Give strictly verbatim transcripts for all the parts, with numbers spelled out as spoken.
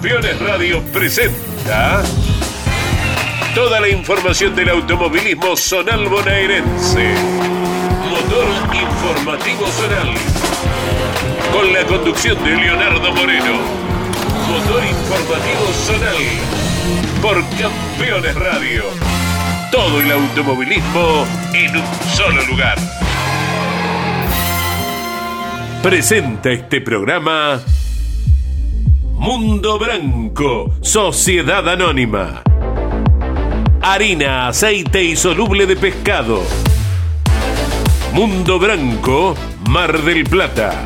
Campeones Radio presenta toda la información del automovilismo zonal bonaerense. Motor Informativo Zonal, con la conducción de Leonardo Moreno. Motor Informativo Zonal, por Campeones Radio. Todo el automovilismo en un solo lugar. Presenta este programa Mundo Branco, Sociedad Anónima. Harina, aceite y soluble de pescado. Mundo Branco, Mar del Plata.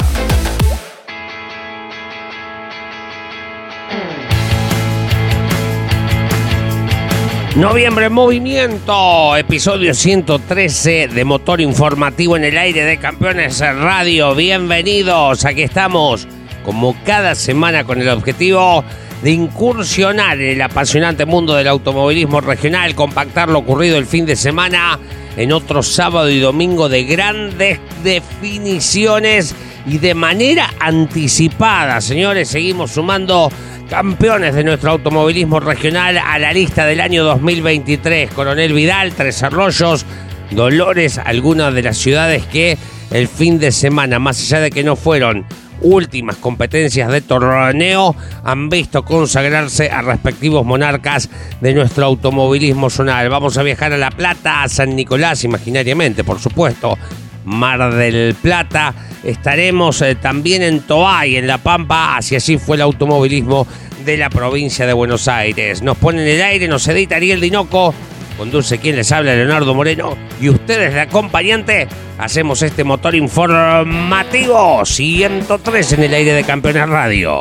Noviembre en Movimiento, episodio ciento trece de Motor Informativo en el aire de Campeones Radio. Bienvenidos, aquí estamos como cada semana con el objetivo de incursionar en el apasionante mundo del automovilismo regional, compactar lo ocurrido el fin de semana en otro sábado y domingo de grandes definiciones y de manera anticipada. Señores, seguimos sumando campeones de nuestro automovilismo regional a la lista del año dos mil veintitrés. Coronel Vidal, Tres Arroyos, Dolores, algunas de las ciudades que el fin de semana, más allá de que no fueron últimas competencias de torneo, han visto consagrarse a respectivos monarcas de nuestro automovilismo zonal. Vamos a viajar a La Plata, a San Nicolás, imaginariamente, por supuesto, Mar del Plata. Estaremos eh, también en Toay, en La Pampa, así así fue el automovilismo de la provincia de Buenos Aires. Nos pone en el aire, nos edita Ariel Dinoco, conduce quien les habla, Leonardo Moreno, y ustedes de acompañante. Hacemos este motor informativo ciento tres en el aire de Campeones Radio.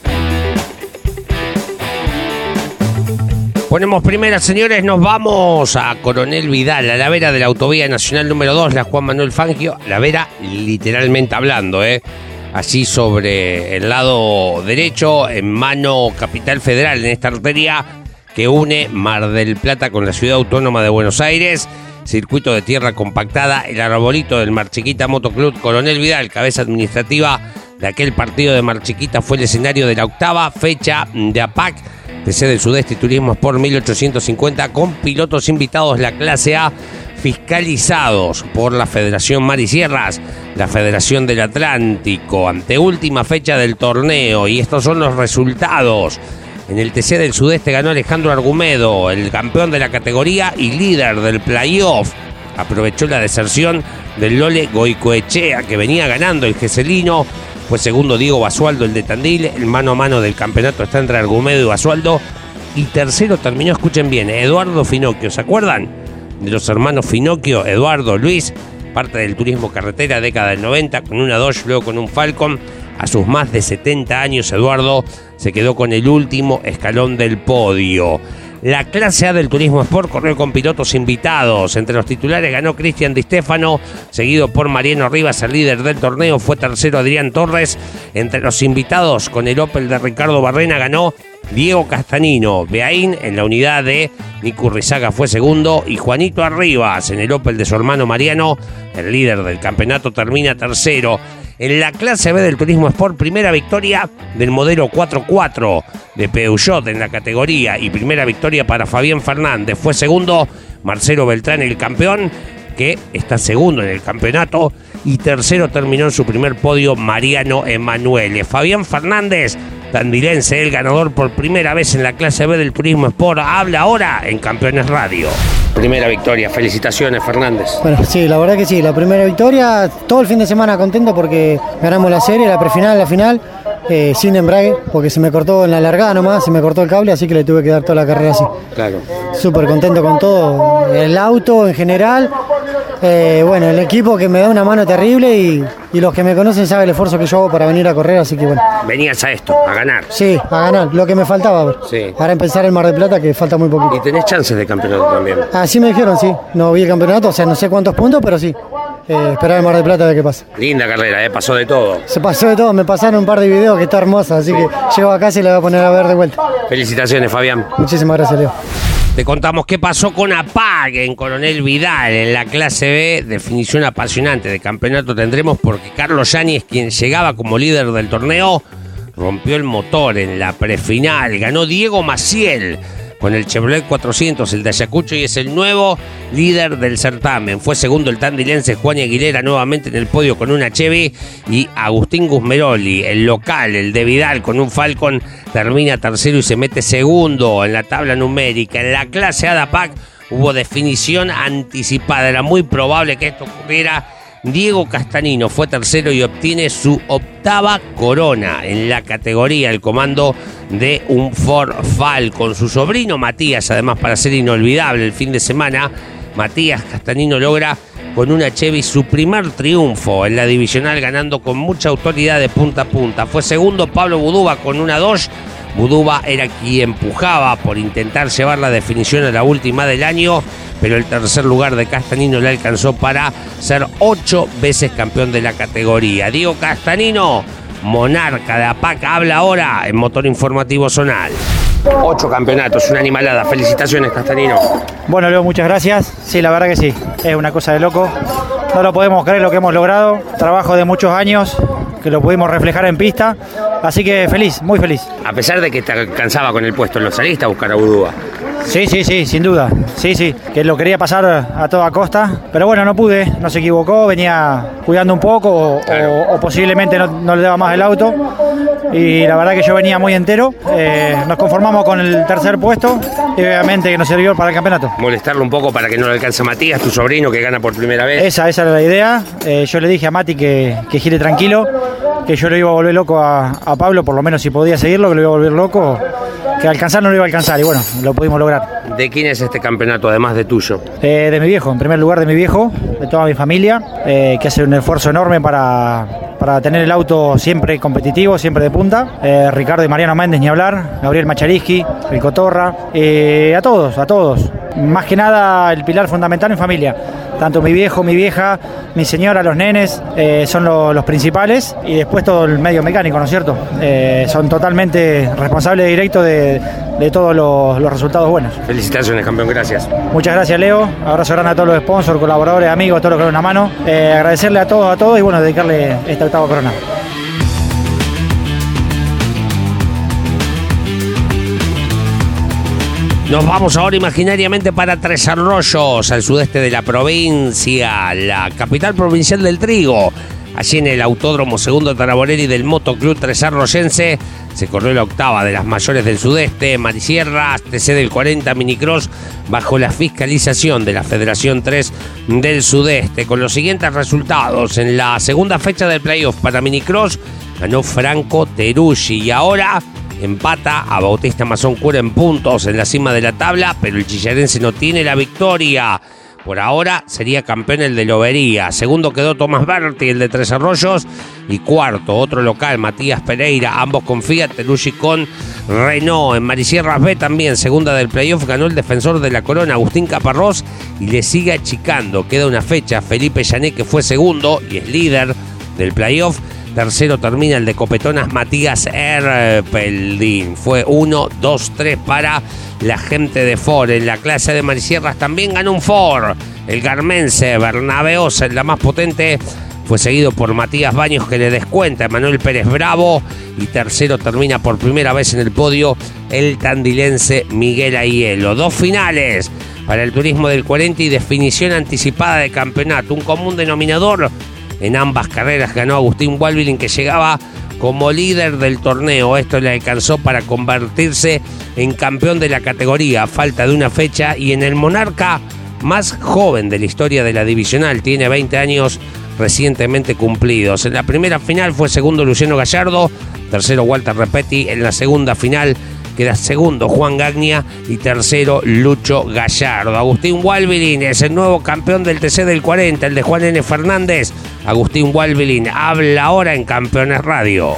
Ponemos primera, señores, nos vamos a Coronel Vidal, a la vera de la Autovía Nacional número dos, la Juan Manuel Fangio, la vera literalmente hablando, ¿eh? Así sobre el lado derecho, en mano Capital Federal, en esta arteria que une Mar del Plata con la Ciudad Autónoma de Buenos Aires. Circuito de tierra compactada, el arbolito del Mar Chiquita Motoclub Coronel Vidal, cabeza administrativa de aquel partido de Mar Chiquita, fue el escenario de la octava fecha de A P A C, T C del Sudeste y Turismo Sport mil ochocientos cincuenta, con pilotos invitados, la clase A, fiscalizados por la Federación Mar y Sierras, la Federación del Atlántico, anteúltima fecha del torneo, y estos son los resultados. En el T C del Sudeste ganó Alejandro Argumedo, el campeón de la categoría y líder del playoff. Aprovechó la deserción del Lole Goicoechea, que venía ganando el geselino. Fue segundo Diego Basualdo, el de Tandil. El mano a mano del campeonato está entre Argumedo y Basualdo. Y tercero terminó, escuchen bien, Eduardo Finocchio. ¿Se acuerdan de los hermanos Finocchio? Eduardo, Luis, parte del turismo carretera, década del noventa, con una Dodge, luego con un Falcon. A sus más de setenta años, Eduardo se quedó con el último escalón del podio. La clase A del Turismo Sport corrió con pilotos invitados. Entre los titulares ganó Cristian Di Stefano, seguido por Mariano Rivas, el líder del torneo. Fue tercero Adrián Torres. Entre los invitados, con el Opel de Ricardo Barrena, ganó Diego Castanino. Beaín, en la unidad de Nico Rizaga, fue segundo. Y Juanito Arribas, en el Opel de su hermano Mariano, el líder del campeonato, termina tercero. En la clase B del Turismo Sport, primera victoria del modelo cuatro cuatro de Peugeot en la categoría y primera victoria para Fabián Fernández. Fue segundo Marcelo Beltrán, el campeón, que está segundo en el campeonato, y tercero terminó en su primer podio Mariano Emanuele. Fabián Fernández, tandilense, el ganador por primera vez en la clase B del Turismo Sport, habla ahora en Campeones Radio. Primera victoria, felicitaciones, Fernández. Bueno, sí, la verdad que sí, la primera victoria, todo el fin de semana contento porque ganamos la serie, la prefinal, la final, eh, sin embrague, porque se me cortó en la largada nomás, se me cortó el cable, así que le tuve que dar toda la carrera así. Claro. Súper contento con todo, el auto en general, eh, bueno, el equipo que me da una mano terrible y, y los que me conocen saben el esfuerzo que yo hago para venir a correr, así que bueno. Venías a esto, a ganar. Sí, a ganar, lo que me faltaba, a ver. Sí. Para empezar el Mar del Plata, que falta muy poquito. Y tenés chances de campeonato también. Así me dijeron, sí. No vi el campeonato, o sea, no sé cuántos puntos, pero sí. Eh, esperar el Mar del Plata a ver qué pasa. Linda carrera, ¿eh? Pasó de todo. Se pasó de todo, me pasaron un par de videos que está hermosa, así que llego a casa y la voy a poner a ver de vuelta. Felicitaciones, Fabián. Muchísimas gracias, Leo. Te contamos qué pasó con A P A C en Coronel Vidal en la clase B. Definición apasionante de campeonato tendremos porque Carlos Yáñez, quien llegaba como líder del torneo, rompió el motor en la prefinal. Ganó Diego Maciel con el Chevrolet cuatrocientos, el de Ayacucho, y es el nuevo líder del certamen. Fue segundo el tandilense Juan Aguilera, nuevamente en el podio con una Chevy, y Agustín Guzmeroli, el local, el de Vidal, con un Falcon, termina tercero y se mete segundo en la tabla numérica. En la clase A D A P A C hubo definición anticipada, era muy probable que esto ocurriera. Diego Castanino fue tercero y obtiene su octava corona en la categoría, el comando de un Ford Falcon. Su sobrino Matías, además, para ser inolvidable el fin de semana, Matías Castanino logra con una Chevy su primer triunfo en la divisional, ganando con mucha autoridad de punta a punta. Fue segundo Pablo Buduba con una Dodge. Buduba era quien empujaba por intentar llevar la definición a la última del año, pero el tercer lugar de Castanino le alcanzó para ser ocho veces campeón de la categoría. Diego Castanino, monarca de A P A C, habla ahora en Motor Informativo Zonal. Ocho campeonatos, una animalada. Felicitaciones, Castanino. Bueno, Leo, muchas gracias. Sí, la verdad que sí, es una cosa de loco. No lo podemos creer lo que hemos logrado. Trabajo de muchos años que lo pudimos reflejar en pista. Así que feliz, muy feliz. A pesar de que te alcanzaba con el puesto, ¿lo saliste a buscar a Buduba? Sí, sí, sí, sin duda. Sí, sí, que lo quería pasar a toda costa. Pero bueno, no pude, no se equivocó. Venía cuidando un poco o, claro. o, o posiblemente no, no le daba más el auto. Y la verdad que yo venía muy entero. Eh, nos conformamos con el tercer puesto y obviamente que nos sirvió para el campeonato. Molestarlo un poco para que no le alcance a Matías, tu sobrino, que gana por primera vez. Esa, esa era la idea. Eh, yo le dije a Mati que, que gire tranquilo, que yo lo iba a volver loco a, a Pablo, por lo menos si podía seguirlo, que lo iba a volver loco, que alcanzar no lo iba a alcanzar, y bueno, lo pudimos lograr. ¿De quién es este campeonato, además de tuyo? Eh, de mi viejo, en primer lugar de mi viejo, de toda mi familia, eh, que hace un esfuerzo enorme para, para tener el auto siempre competitivo, siempre de punta. Eh, Ricardo y Mariano Méndez, ni hablar, Gabriel Machariski, el Cotorra, eh, a todos, a todos. Más que nada el pilar fundamental en familia. Tanto mi viejo, mi vieja, mi señora, los nenes, eh, son lo, los principales, y después todo el medio mecánico, ¿no es cierto? Eh, son totalmente responsables directos de, de todos los, los resultados buenos. Felicitaciones, campeón, gracias. Muchas gracias, Leo. Abrazo grande a todos los sponsors, colaboradores, amigos, todos los que dan una mano. Eh, agradecerle a todos, a todos y bueno, dedicarle esta octava corona. Nos vamos ahora imaginariamente para Tres Arroyos, al sudeste de la provincia, la capital provincial del trigo. Allí en el Autódromo Segundo Taraborelli del Motoclub Tres Arroyense se corrió la octava de las mayores del sudeste, Marisierras, T C del cuarenta Minicross, bajo la fiscalización de la Federación tres del Sudeste. Con los siguientes resultados: en la segunda fecha del playoff para Minicross ganó Franco Teruggi, y ahora empata a Bautista Mazón Cura en puntos en la cima de la tabla, pero el chillarense no tiene la victoria. Por ahora sería campeón el de Lobería. Segundo quedó Tomás Berti, el de Tres Arroyos. Y cuarto, otro local, Matías Pereira, ambos con Fiat, Teruggi con Renault. En Marisierras B también, segunda del playoff, ganó el defensor de la corona, Agustín Caparrós, y le sigue achicando. Queda una fecha, Felipe Llané, que fue segundo y es líder del playoff. Tercero termina el de Copetonas, Matías Erpeldín. Fue uno, dos, tres para la gente de Ford. En la clase de Marisierras también ganó un Ford, el Garmense Bernabé Osa, la más potente. Fue seguido por Matías Baños, que le descuenta a Manuel Pérez Bravo. Y tercero termina por primera vez en el podio el tandilense Miguel Aiello. Dos finales para el turismo del cuarenta y definición anticipada de campeonato. Un común denominador en ambas carreras: ganó Agustín Walbilin, que llegaba como líder del torneo. Esto le alcanzó para convertirse en campeón de la categoría a falta de una fecha, y en el monarca más joven de la historia de la divisional. Tiene veinte años recientemente cumplidos. En la primera final fue segundo Luciano Gallardo, tercero Walter Repetti. En la segunda final queda segundo Juan Gagnia y tercero Lucho Gallardo. Agustín Walbilin es el nuevo campeón del T C del cuarenta, el de Juan N. Fernández. Agustín Walbilin habla ahora en Campeones Radio.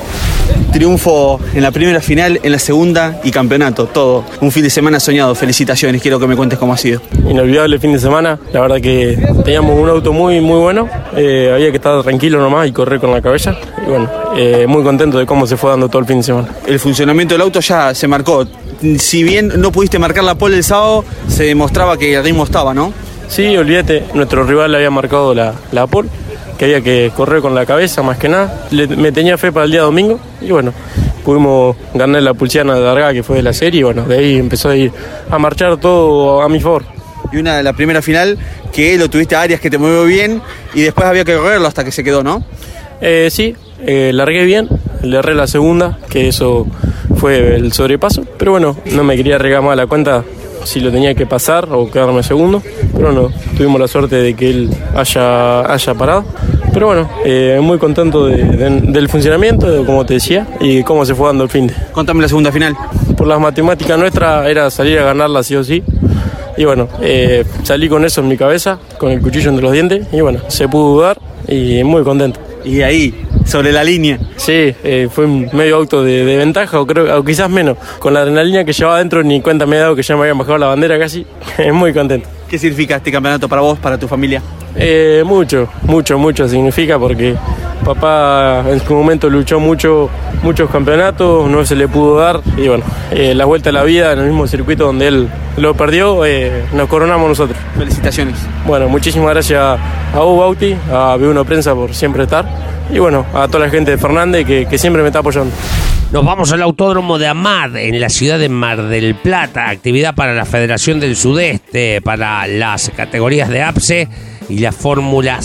Triunfo en la primera final, en la segunda y campeonato, todo. Un fin de semana soñado, felicitaciones, quiero que me cuentes cómo ha sido. Inolvidable fin de semana, la verdad que teníamos un auto muy muy bueno, eh, había que estar tranquilo nomás y correr con la cabeza, y bueno, eh, muy contento de cómo se fue dando todo el fin de semana. El funcionamiento del auto ya se marcó, si bien no pudiste marcar la pole el sábado, se demostraba que el ritmo estaba, ¿no? Sí, olvídate, nuestro rival había marcado la, la pole, que había que correr con la cabeza más que nada. Le, me tenía fe para el día domingo y bueno, pudimos ganar la pulsiana de largada que fue de la serie y bueno, de ahí empezó a ir a marchar todo a mi favor. Y una, la primera final, que lo tuviste a Arias que te movió bien y después había que correrlo hasta que se quedó, ¿no? Eh, sí, eh, largué bien, le erré la segunda, que eso fue el sobrepaso, pero bueno, no me quería arriesgar más la cuenta si lo tenía que pasar o quedarme segundo, pero no, tuvimos la suerte de que él haya, haya parado. Pero bueno, eh, muy contento de, de, del funcionamiento, de, como te decía, y cómo se fue dando el fin de. Contame la segunda final. Por las matemáticas nuestras era salir a ganarla sí o sí. Y bueno, eh, salí con eso en mi cabeza, con el cuchillo entre los dientes, y bueno, se pudo dar y muy contento. Y ahí, sobre la línea. Sí, eh, fue un medio auto de, de ventaja, o creo, o quizás menos. Con la adrenalina que llevaba adentro, ni cuenta me he dado que ya me habían bajado la bandera casi. Muy contento. ¿Qué significa este campeonato para vos, para tu familia? Eh, mucho, mucho, mucho significa porque papá en su momento luchó mucho, muchos campeonatos, no se le pudo dar y bueno, eh, la vuelta a la vida en el mismo circuito donde él lo perdió, eh, nos coronamos nosotros. Felicitaciones. Bueno, muchísimas gracias a vos, Bauti, a B uno Prensa por siempre estar y bueno, a toda la gente de Fernández que, que siempre me está apoyando. Nos vamos al Autódromo de Amad, en la ciudad de Mar del Plata. Actividad para la Federación del Sudeste, para las categorías de A P S E y la Fórmula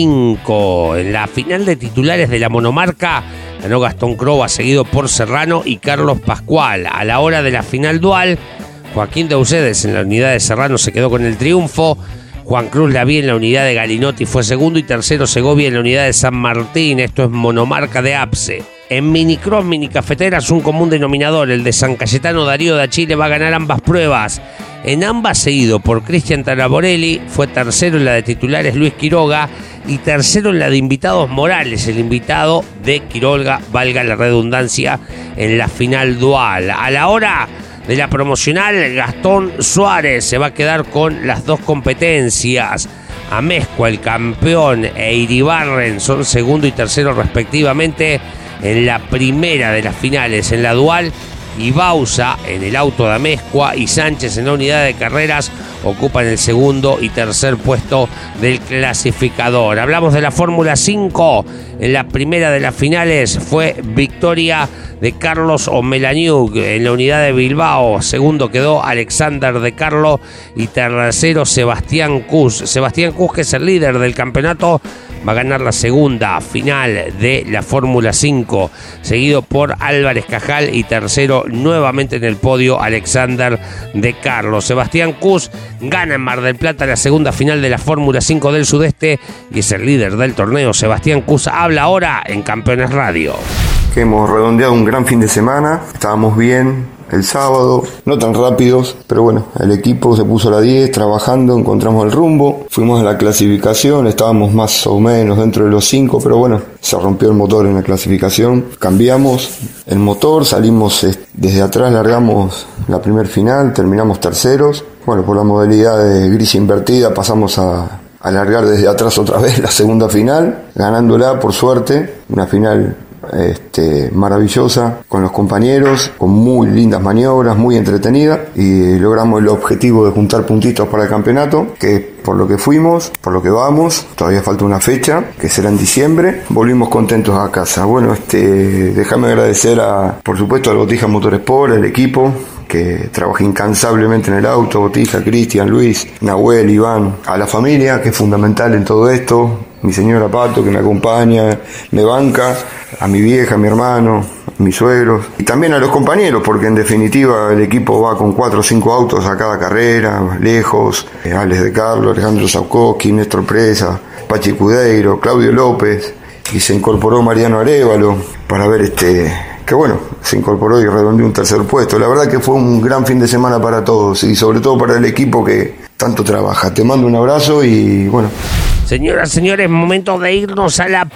cinco. En la final de titulares de la monomarca ganó Gastón Crova, seguido por Serrano y Carlos Pascual. A la hora de la final dual, Joaquín de Ucedes en la unidad de Serrano se quedó con el triunfo. Juan Cruz Laví en la unidad de Galinotti fue segundo y tercero Segovia en la unidad de San Martín. Esto es monomarca de A P S E. En minicross, minicafeteras, un común denominador, el de San Cayetano Darío da Chile va a ganar ambas pruebas. En ambas seguido por Cristian Taraborelli, fue tercero en la de titulares Luis Quiroga y tercero en la de invitados Morales, el invitado de Quiroga, valga la redundancia, en la final dual. A la hora de la promocional, Gastón Suárez se va a quedar con las dos competencias. Amezcua, el campeón, e Iribarren son segundo y tercero respectivamente en la primera de las finales. En la dual, y Bausa en el auto de Amezcua y Sánchez en la unidad de carreras ocupan el segundo y tercer puesto del clasificador. Hablamos de la Fórmula cinco. En la primera de las finales fue victoria de Carlos Omelaniuk en la unidad de Bilbao. Segundo quedó Alexander de Carlo y tercero Sebastián Kuss. Sebastián Kuss, que es el líder del campeonato, va a ganar la segunda final de la Fórmula cinco, seguido por Álvarez Cajal y tercero nuevamente en el podio Alexander de Carlos. Sebastián Kuss gana en Mar del Plata la segunda final de la Fórmula cinco del Sudeste y es el líder del torneo. Sebastián Kuss habla ahora en Campeones Radio. Que hemos redondeado un gran fin de semana, estábamos bien el sábado, no tan rápidos, pero bueno, el equipo se puso a la diez, trabajando, encontramos el rumbo, fuimos a la clasificación, estábamos más o menos dentro de los cinco, pero bueno, se rompió el motor en la clasificación, cambiamos el motor, salimos desde atrás, largamos la primer final, terminamos terceros, bueno, por la modalidad de gris invertida pasamos a alargar desde atrás otra vez la segunda final, ganándola por suerte, una final Este, maravillosa con los compañeros, con muy lindas maniobras, muy entretenida, y logramos el objetivo de juntar puntitos para el campeonato, que por lo que fuimos, por lo que vamos, todavía falta una fecha, que será en diciembre, volvimos contentos a casa. Bueno, este, déjame agradecer a, por supuesto, al Botija Motorsport, el equipo que trabaja incansablemente en el auto, Botija, Cristian, Luis, Nahuel, Iván, a la familia, que es fundamental en todo esto, mi señora Pato, que me acompaña, me banca, a mi vieja, a mi hermano, a mis suegros, y también a los compañeros, porque en definitiva el equipo va con cuatro o cinco autos a cada carrera, lejos, Alex de Carlo, Alejandro Saukowski, Néstor Presa, Pachi Cudeiro, Claudio López, y se incorporó Mariano Arévalo, para ver este... que bueno, se incorporó y redondeó un tercer puesto. La verdad que fue un gran fin de semana para todos y sobre todo para el equipo que tanto trabaja. Te mando un abrazo y bueno. Señoras, señores, momento de irnos a la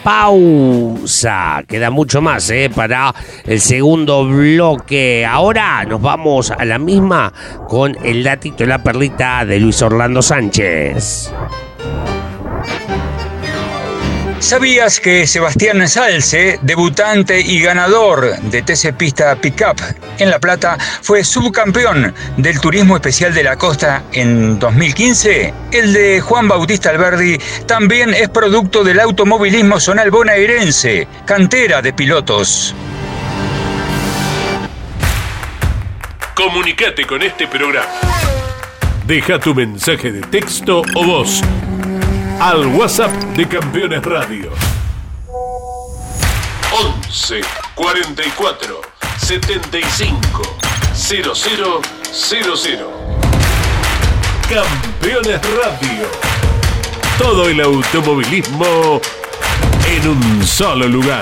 pausa. Queda mucho más eh, para el segundo bloque. Ahora nos vamos a la misma con el datito y la perlita de Luis Orlando Sánchez. ¿Sabías que Sebastián Salce, debutante y ganador de T C Pista Pickup en La Plata, fue subcampeón del Turismo Especial de la Costa en dos mil quince? El de Juan Bautista Alberdi también es producto del automovilismo zonal bonaerense, cantera de pilotos. Comunicate con este programa. Deja tu mensaje de texto o voz al WhatsApp de Campeones Radio. once cuarenta y cuatro setenta y cinco cero cero cero cero. Campeones Radio. Todo el automovilismo en un solo lugar.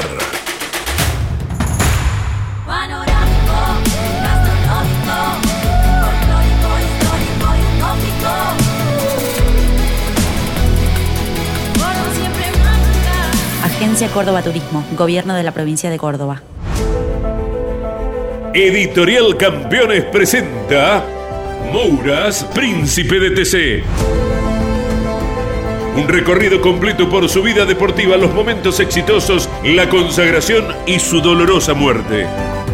Agencia Córdoba Turismo, Gobierno de la Provincia de Córdoba. Editorial Campeones presenta Mouras, Príncipe de T C. Un recorrido completo por su vida deportiva, los momentos exitosos, la consagración y su dolorosa muerte.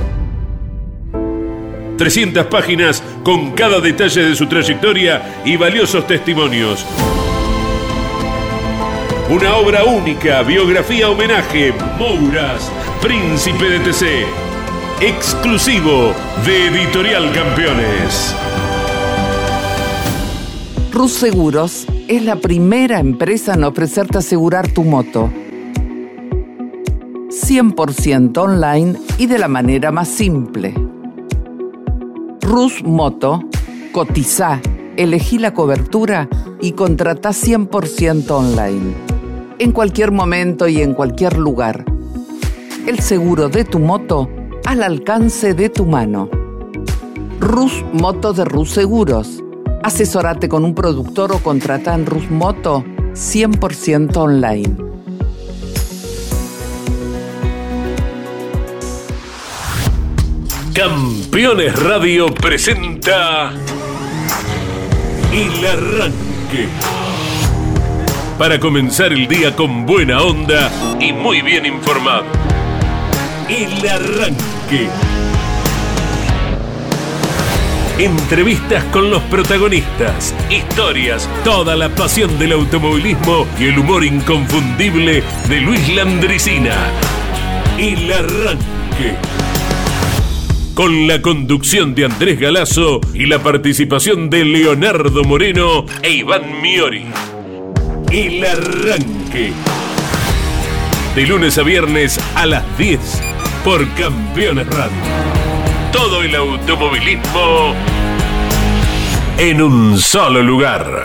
trescientas páginas con cada detalle de su trayectoria y valiosos testimonios. Una obra única, biografía homenaje, Mouras, Príncipe de T C. Exclusivo de Editorial Campeones. Rus Seguros es la primera empresa en ofrecerte asegurar tu moto. cien por ciento online y de la manera más simple. Rus Moto, cotizá, elegí la cobertura y contratá cien por ciento online. En cualquier momento y en cualquier lugar. El seguro de tu moto al alcance de tu mano. Rus Moto de Rus Seguros. Asesorate con un productor o contrata en Rus Moto cien por ciento online. Campeones Radio presenta El Arranque. Para comenzar el día con buena onda y muy bien informado. El Arranque. Entrevistas con los protagonistas, historias, toda la pasión del automovilismo y el humor inconfundible de Luis Landricina. El Arranque. Con la conducción de Andrés Galazo y la participación de Leonardo Moreno e Iván Miori. El Arranque. De lunes a viernes a las diez por Campeones Radio. Todo el automovilismo en un solo lugar.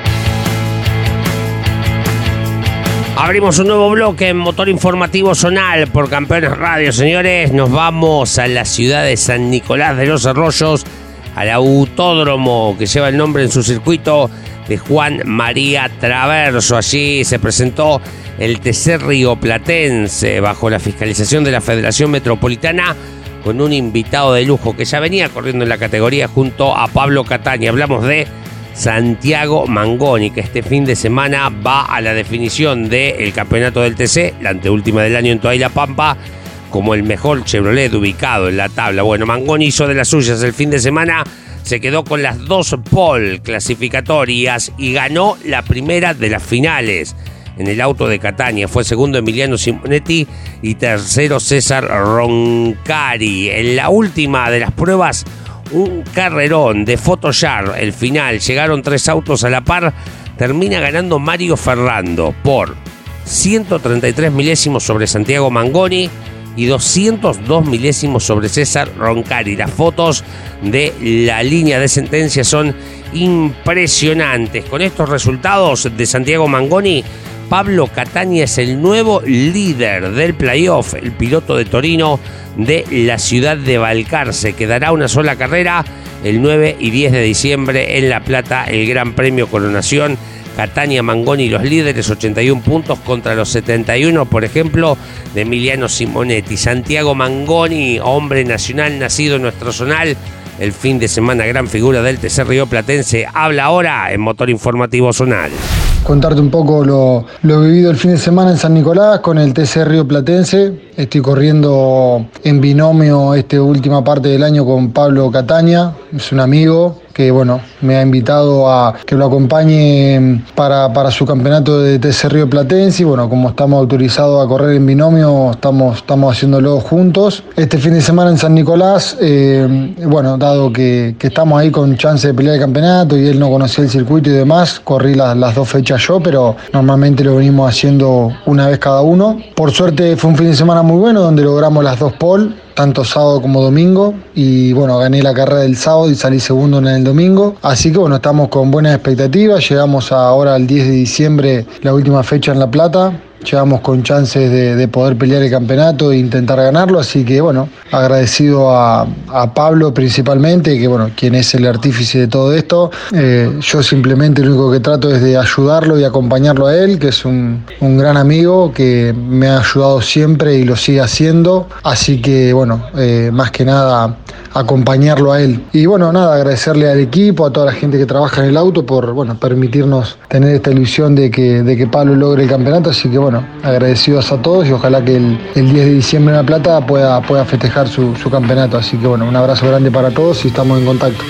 Abrimos un nuevo bloque en Motor Informativo Zonal por Campeones Radio, señores. Nos vamos a la ciudad de San Nicolás de los Arroyos, al autódromo que lleva el nombre en su circuito de Juan María Traverso. Allí se presentó el T C Rioplatense bajo la fiscalización de la Federación Metropolitana, con un invitado de lujo que ya venía corriendo en la categoría junto a Pablo Catania. Hablamos de Santiago Mangoni, que este fin de semana va a la definición del campeonato del T C, la anteúltima del año en Toay La Pampa, como el mejor Chevrolet ubicado en la tabla. Bueno, Mangoni hizo de las suyas el fin de semana, se quedó con las dos pole clasificatorias y ganó la primera de las finales en el auto de Catania. Fue segundo Emiliano Simonetti y tercero César Roncari. En la última de las pruebas, un carrerón de Photoshop. El final, llegaron tres autos a la par. Termina ganando Mario Ferrando por ciento treinta y tres milésimos sobre Santiago Mangoni y doscientos dos milésimos sobre César Roncari. Las fotos de la línea de sentencia son impresionantes. Con estos resultados de Santiago Mangoni, Pablo Catania es el nuevo líder del playoff. El piloto de Torino de la ciudad de Balcarce quedará una sola carrera el nueve y diez de diciembre en La Plata, el Gran Premio Coronación. Catania, Mangoni los líderes, ochenta y un puntos contra los setenta y uno, por ejemplo, de Emiliano Simonetti. Santiago Mangoni, hombre nacional nacido en nuestro zonal, el fin de semana gran figura del T C Rioplatense, habla ahora en Motor Informativo Zonal. contarte un poco lo, lo vivido el fin de semana en San Nicolás con el T C Río Platense. Estoy corriendo en binomio esta última parte del año con Pablo Cataña, es un amigo que bueno, me ha invitado a que lo acompañe para, para su campeonato de T C Río Platense y bueno, como estamos autorizados a correr en binomio, estamos, estamos haciéndolo juntos. Este fin de semana en San Nicolás, eh, bueno, dado que, que estamos ahí con chance de pelear el campeonato y él no conocía el circuito y demás, corrí las, las dos fechas yo, pero normalmente lo venimos haciendo una vez cada uno. Por suerte fue un fin de semana muy bueno donde logramos las dos pole, tanto sábado como domingo, y bueno, gané la carrera del sábado y salí segundo en el domingo, así que bueno, estamos con buenas expectativas. Llegamos ahora al diez de diciembre, la última fecha en La Plata, llegamos con chances de, de poder pelear el campeonato e intentar ganarlo, así que bueno, agradecido a, a Pablo principalmente, que bueno, quien es el artífice de todo esto. Eh, yo simplemente lo único que trato es de ayudarlo y acompañarlo a él, que es un, un gran amigo que me ha ayudado siempre y lo sigue haciendo, así que bueno, eh, más que nada acompañarlo a él. Y bueno, nada, agradecerle al equipo, a toda la gente que trabaja en el auto por bueno, permitirnos tener esta ilusión de que, de que Pablo logre el campeonato, así que bueno, agradecidos a todos y ojalá que el, el diez de diciembre en La Plata pueda, pueda festejar su, su campeonato, así que bueno, un abrazo grande para todos y estamos en contacto.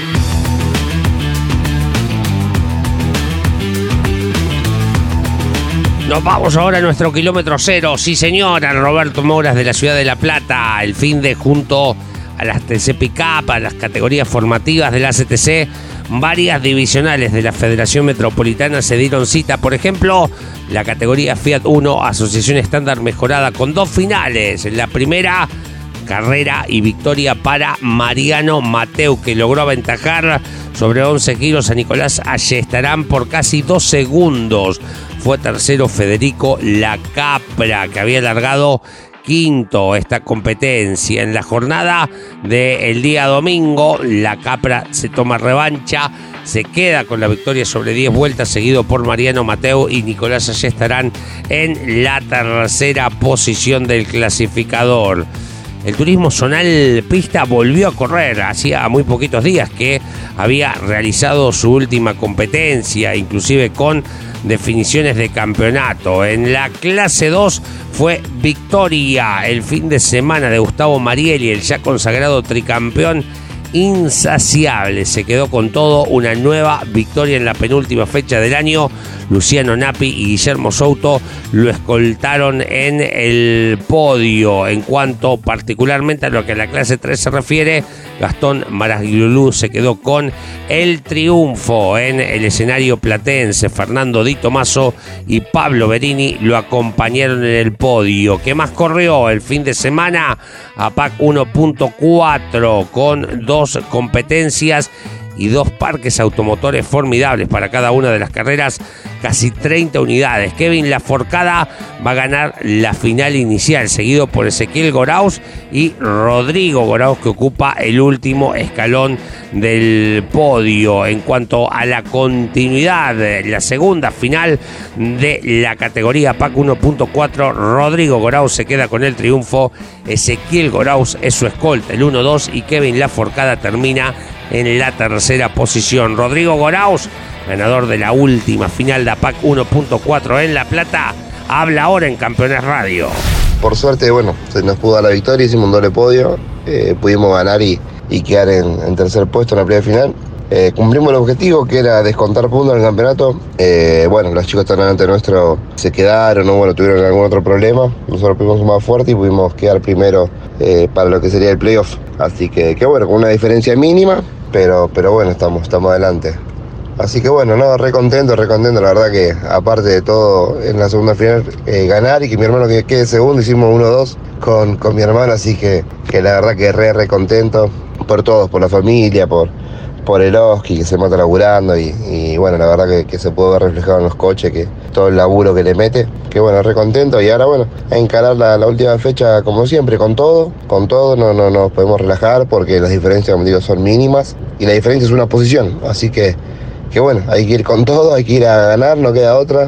Nos vamos ahora a nuestro kilómetro cero, sí señora, Roberto Moras de la ciudad de La Plata, el fin de junto a las T C Pickup, a las categorías formativas de la A C T C, varias divisionales de la Federación Metropolitana se dieron cita. Por ejemplo, la categoría Fiat uno, Asociación Estándar Mejorada, con dos finales. En la primera, carrera y victoria para Mariano Mateu, que logró aventajar sobre once kilos a Nicolás Ayestarán por casi dos segundos. Fue tercero Federico La Capra, que había largado quinto esta competencia. En la jornada del día domingo, La Capra se toma revancha, se queda con la victoria sobre diez vueltas, seguido por Mariano Mateu y Nicolás Ayestarán en la tercera posición del clasificador. El Turismo Zonal Pista volvió a correr, hacía muy poquitos días que había realizado su última competencia, inclusive con definiciones de campeonato. En la clase dos fue victoria el fin de semana de Gustavo Marielli, el ya consagrado tricampeón insaciable. Se quedó con todo, una nueva victoria en la penúltima fecha del año. Luciano Nappi y Guillermo Souto lo escoltaron en el podio. En cuanto particularmente a lo que a la clase tres se refiere, Gastón Maragliolú se quedó con el triunfo en el escenario platense. Fernando Di Tomaso y Pablo Berini lo acompañaron en el podio. ¿Qué más corrió el fin de semana? A P A C uno punto cuatro con dos competencias y dos parques automotores formidables para cada una de las carreras, casi treinta unidades. Kevin Laforcada va a ganar la final inicial, seguido por Ezequiel Goraus y Rodrigo Goraus, que ocupa el último escalón del podio. En cuanto a la continuidad, la segunda final de la categoría P A C uno punto cuatro, Rodrigo Goraus se queda con el triunfo, Ezequiel Goraus es su escolta, el uno dos, y Kevin Laforcada termina en la tercera posición. Rodrigo Goraus, ganador de la última final de P A C uno punto cuatro en La Plata, habla ahora en Campeones Radio. Por suerte, bueno, se nos pudo dar la victoria, hicimos un doble podio, eh, pudimos ganar y, y quedar en, en tercer puesto en la primera final. Eh, cumplimos el objetivo, que era descontar puntos en el campeonato. Eh, bueno, los chicos que están delante nuestro se quedaron, o bueno, tuvieron algún otro problema. Nosotros pudimos más fuerte y pudimos quedar primero eh, para lo que sería el playoff. Así que, que bueno, con una diferencia mínima, pero, pero bueno, estamos, estamos adelante. Así que bueno, no, re contento, re contento, la verdad que aparte de todo en la segunda final eh, ganar y que mi hermano que quede segundo, hicimos uno dos con, con mi hermano, así que, que la verdad que re, re contento por todos, por la familia, por, por el Oski que se mata laburando y, y bueno, la verdad que, que se puede ver reflejado en los coches, que todo el laburo que le mete, que bueno, re contento y ahora bueno, a encarar la, la última fecha como siempre, con todo, con todo, no, no nos podemos relajar porque las diferencias, como digo, son mínimas y la diferencia es una posición, así que que bueno, hay que ir con todo, hay que ir a ganar, no queda otra,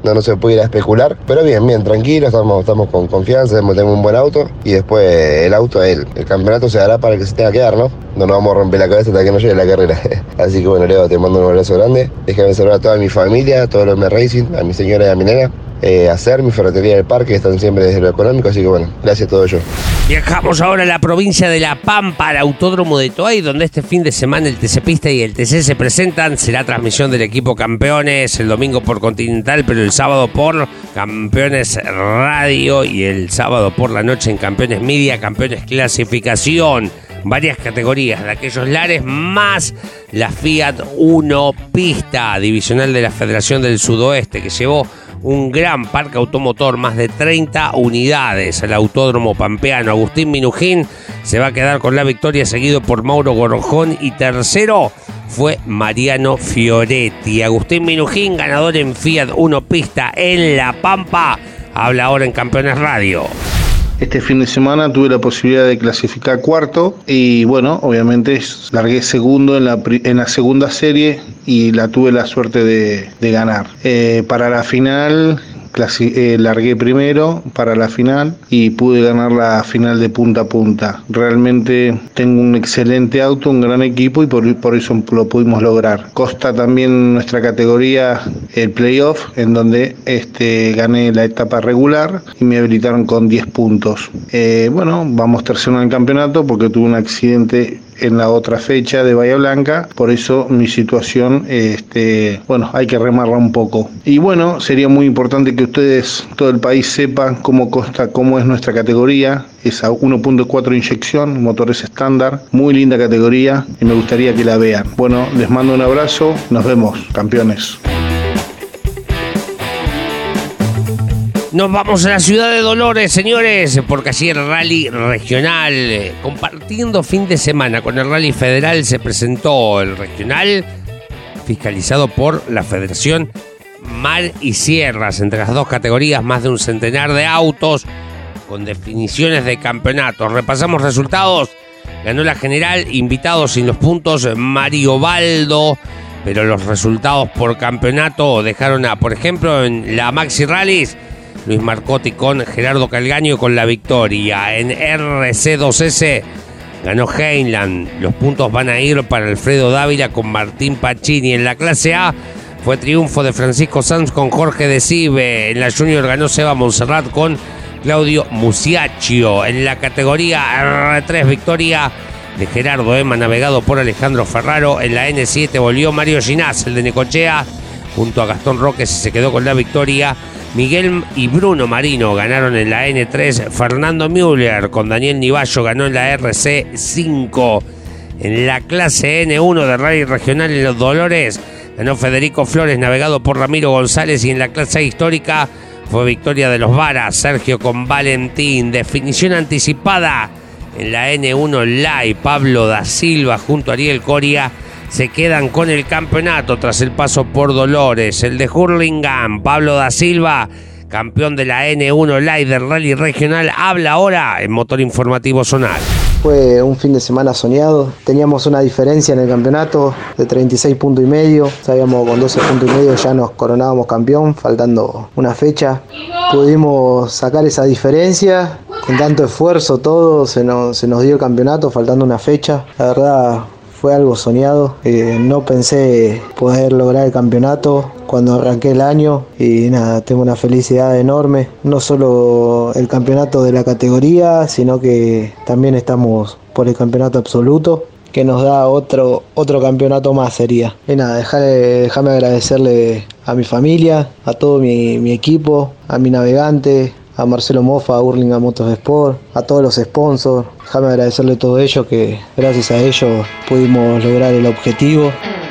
no, no se puede ir a especular, pero bien, bien, tranquilo, estamos, estamos con confianza, tenemos un buen auto y después el auto, el, el campeonato se dará para el que se tenga que dar, ¿no? No nos vamos a romper la cabeza hasta que no llegue la carrera. Así que bueno, Leo, te mando un abrazo grande, déjame saludar a toda mi familia, a todos los M Racing, a mi señora y a mi nena. Eh, hacer mi ferretería del parque, están siempre desde lo económico, así que bueno, gracias a todo yo. Viajamos ahora a la provincia de La Pampa, al Autódromo de Toay, donde este fin de semana el T C Pista y el T C se presentan. Será transmisión del equipo Campeones el domingo por Continental, pero el sábado por Campeones Radio y el sábado por la noche en Campeones Media, Campeones Clasificación. Varias categorías de aquellos lares, más la Fiat uno Pista, divisional de la Federación del Sudoeste, que llevó un gran parque automotor, más de treinta unidades al Autódromo Pampeano. Agustín Minujín se va a quedar con la victoria, seguido por Mauro Gorjón, y tercero fue Mariano Fioretti. Agustín Minujín, ganador en Fiat uno Pista en La Pampa, habla ahora en Campeones Radio. Este fin de semana tuve la posibilidad de clasificar cuarto y bueno, obviamente largué segundo en la, en la segunda serie y la tuve la suerte de, de ganar. Eh, para la final clasi- eh, largué primero para la final y pude ganar la final de punta a punta. Realmente tengo un excelente auto, un gran equipo y por, por eso lo pudimos lograr. Consta también nuestra categoría el playoff, en donde este, gané la etapa regular y me habilitaron con diez puntos. Eh, bueno, vamos tercero en el campeonato porque tuve un accidente en la otra fecha de Bahía Blanca, por eso mi situación, este, bueno, hay que remarla un poco. Y bueno, sería muy importante que ustedes, todo el país, sepan cómo consta, cómo es nuestra categoría. Es a uno punto cuatro inyección, motores estándar, muy linda categoría y me gustaría que la vean. Bueno, les mando un abrazo, nos vemos, campeones. Nos vamos a la ciudad de Dolores, señores, porque allí el rally regional, eh, compartiendo fin de semana con el rally federal, se presentó el regional fiscalizado por la Federación Mar y Sierras. Entre las dos categorías, más de un centenar de autos con definiciones de campeonatos. Repasamos resultados. Ganó la general, invitados sin los puntos, Mario Baldo, pero los resultados por campeonato dejaron a, por ejemplo, en la Maxi Rallys, Luis Marcotti con Gerardo Calgaño con la victoria. En R C dos S ganó Heinland. Los puntos van a ir para Alfredo Dávila con Martín Pacini. En la clase A fue triunfo de Francisco Sanz con Jorge Decibe. En la Junior ganó Seba Monserrat con Claudio Musiaccio. En la categoría R tres, victoria de Gerardo Ema, navegado por Alejandro Ferraro. En la N siete volvió Mario Ginás, el de Necochea, junto a Gastón Roques, se quedó con la victoria. Miguel y Bruno Marino ganaron en la N tres. Fernando Müller con Daniel Nivallo ganó en la R C cinco. En la clase N uno de Rally Regional en Los Dolores ganó Federico Flores, navegado por Ramiro González. Y en la clase histórica fue victoria de los Varas, Sergio con Valentín. Definición anticipada en la N uno Live, Pablo da Silva junto a Ariel Coria se quedan con el campeonato tras el paso por Dolores. El de Hurlingham, Pablo da Silva, campeón de la N uno Live del Rally Regional, habla ahora en Motor Informativo Zonal. Fue un fin de semana soñado, teníamos una diferencia en el campeonato de treinta y seis puntos y medio, sabíamos con doce puntos y medio ya nos coronábamos campeón, faltando una fecha. Pudimos sacar esa diferencia, con tanto esfuerzo todo, se nos, se nos dio el campeonato faltando una fecha, la verdad fue algo soñado, eh, no pensé poder lograr el campeonato cuando arranqué el año y nada, tengo una felicidad enorme, no solo el campeonato de la categoría, sino que también estamos por el campeonato absoluto, que nos da otro, otro campeonato más sería. Y nada, dejarle, déjame agradecerle a mi familia, a todo mi, mi equipo, a mi navegante, a Marcelo Mofa, a Hurlingham Motorsport, a todos los sponsors. Déjame agradecerle a todo ello, que gracias a ellos pudimos lograr el objetivo.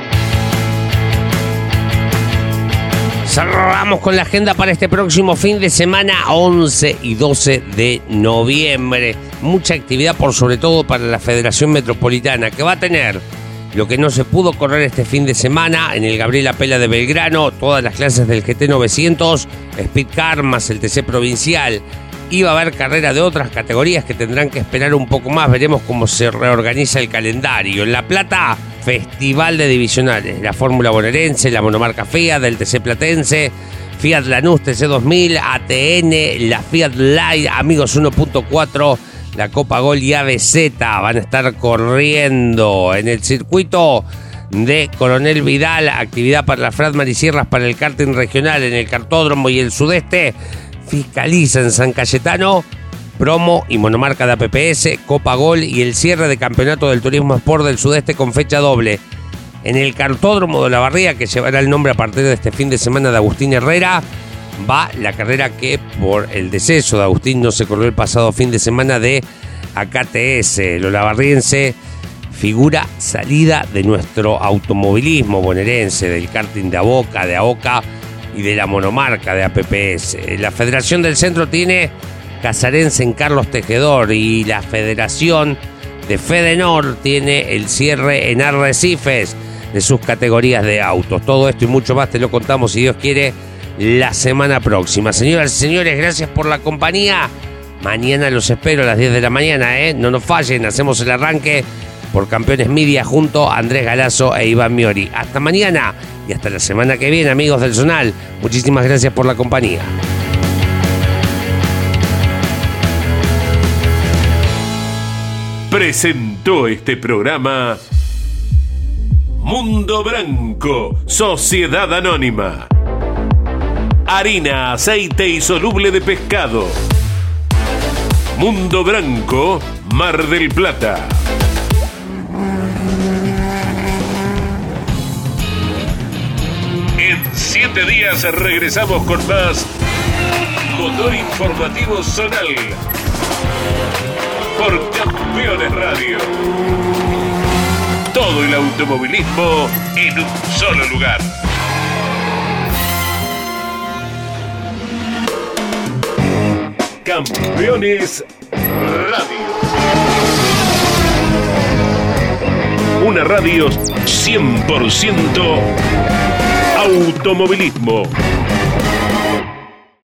Cerramos con la agenda para este próximo fin de semana, once y doce de noviembre. Mucha actividad, por sobre todo para la Federación Metropolitana, que va a tener lo que no se pudo correr este fin de semana en el Gabriel Apela de Belgrano, todas las clases del G T novecientos, Speed Car más el T C Provincial. Iba a haber carrera de otras categorías que tendrán que esperar un poco más, veremos cómo se reorganiza el calendario. En La Plata, Festival de Divisionales, la Fórmula Bonaerense, la Monomarca F I A del T C Platense, Fiat Lanús T C dos mil, A T N, la Fiat Light, Amigos uno punto cuatro, la Copa Gol y A B Z van a estar corriendo en el circuito de Coronel Vidal. Actividad para la Fratmar y Sierras para el karting regional en el Cartódromo y el Sudeste. Fiscaliza en San Cayetano, promo y monomarca de A P P S, Copa Gol y el cierre de campeonato del Turismo Sport del Sudeste con fecha doble. En el Cartódromo de Olavarría, que llevará el nombre a partir de este fin de semana de Agustín Herrera, va la carrera que por el deceso de Agustín no se corrió el pasado fin de semana de A K T S. El olavarriense figura salida de nuestro automovilismo bonaerense, del karting de Aboca, de AOCA y de la monomarca de A P P S. La Federación del Centro tiene Casarense en Carlos Tejedor y la Federación de Fedenor tiene el cierre en Arrecifes de sus categorías de autos. Todo esto y mucho más te lo contamos, si Dios quiere, la semana próxima. Señoras y señores, gracias por la compañía. Mañana los espero a las diez de la mañana, ¿eh? No nos fallen, hacemos el arranque por Campeones Media junto a Andrés Galazo e Iván Miori. Hasta mañana y hasta la semana que viene, amigos del Zonal. Muchísimas gracias por la compañía. Presentó este programa Mundo Branco, Sociedad Anónima. Harina, aceite y soluble de pescado. Mundo Branco, Mar del Plata. En siete días regresamos con más Motor Informativo Zonal por Campeones Radio. Todo el automovilismo en un solo lugar. Campeones Radio. Una radio cien por ciento automovilismo.